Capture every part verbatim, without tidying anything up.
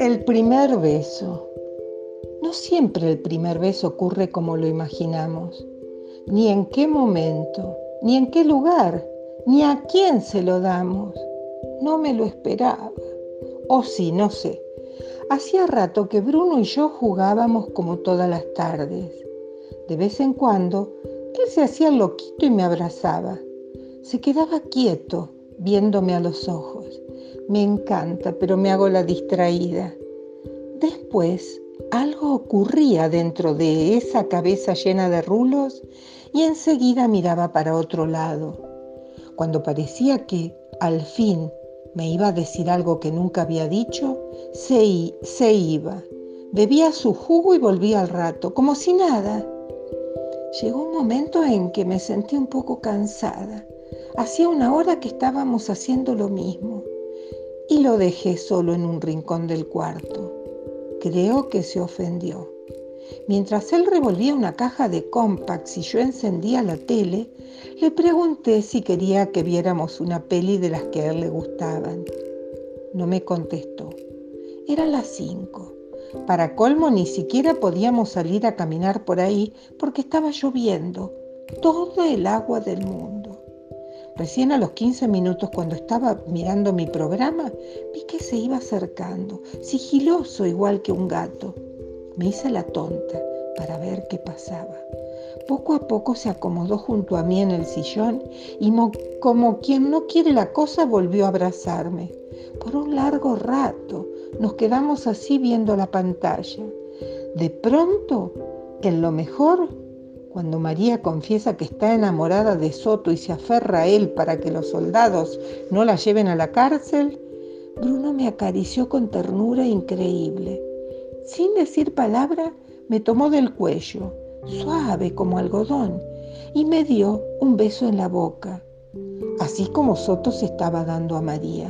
El primer beso. No siempre el primer beso ocurre como lo imaginamos, ni en qué momento, ni en qué lugar, ni a quién se lo damos. No me lo esperaba. O sí, no sé. Hacía rato que Bruno y yo jugábamos como todas las tardes. De vez en cuando, él se hacía loquito y me abrazaba. Se quedaba quieto, viéndome a los ojos. Me encanta, pero me hago la distraída. Después, algo ocurría dentro de esa cabeza llena de rulos y enseguida miraba para otro lado. Cuando parecía que, al fin, me iba a decir algo que nunca había dicho, se, se iba. Bebía su jugo y volvía al rato, como si nada. Llegó un momento en que me sentí un poco cansada. Hacía una hora que estábamos haciendo lo mismo y lo dejé solo en un rincón del cuarto. Creo que se ofendió. Mientras él revolvía una caja de compacts y yo encendía la tele, le pregunté si quería que viéramos una peli de las que a él le gustaban. No me contestó. Eran las cinco. Para colmo, ni siquiera podíamos salir a caminar por ahí porque estaba lloviendo, todo el agua del mundo. Recién a los quince minutos, cuando estaba mirando mi programa, vi que se iba acercando, sigiloso igual que un gato. Me hice la tonta para ver qué pasaba. Poco a poco se acomodó junto a mí en el sillón y mo- como quien no quiere la cosa volvió a abrazarme. Por un largo rato nos quedamos así viendo la pantalla. De pronto, en lo mejor, cuando María confiesa que está enamorada de Soto y se aferra a él para que los soldados no la lleven a la cárcel, Bruno me acarició con ternura increíble. Sin decir palabra, me tomó del cuello, suave como algodón, y me dio un beso en la boca, así como Soto se estaba dando a María.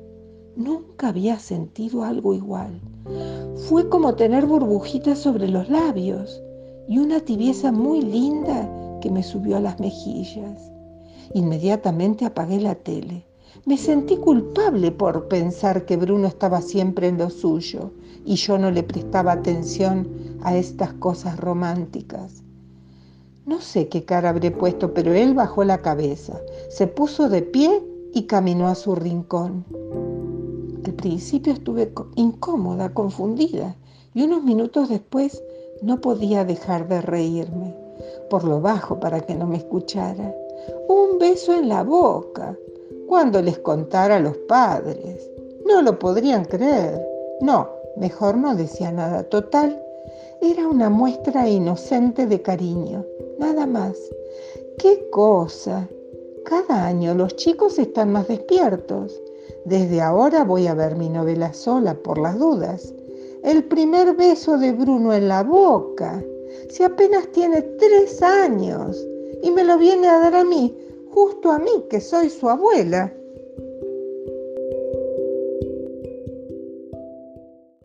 Nunca había sentido algo igual. Fue como tener burbujitas sobre los labios y una tibieza muy linda que me subió a las mejillas. Inmediatamente apagué la tele. Me sentí culpable por pensar que Bruno estaba siempre en lo suyo y yo no le prestaba atención a estas cosas románticas. No sé qué cara habré puesto, pero él bajó la cabeza, se puso de pie y caminó a su rincón. Al principio estuve incómoda, confundida, y unos minutos después no podía dejar de reírme, por lo bajo para que no me escuchara. Un beso en la boca, cuando les contara a los padres. No lo podrían creer. No, mejor no decía nada. Total, era una muestra inocente de cariño, nada más. ¡Qué cosa! Cada año los chicos están más despiertos. Desde ahora voy a ver mi novela sola por las dudas. El primer beso de Bruno en la boca. Si apenas tiene tres años y me lo viene a dar a mí, justo a mí que soy su abuela.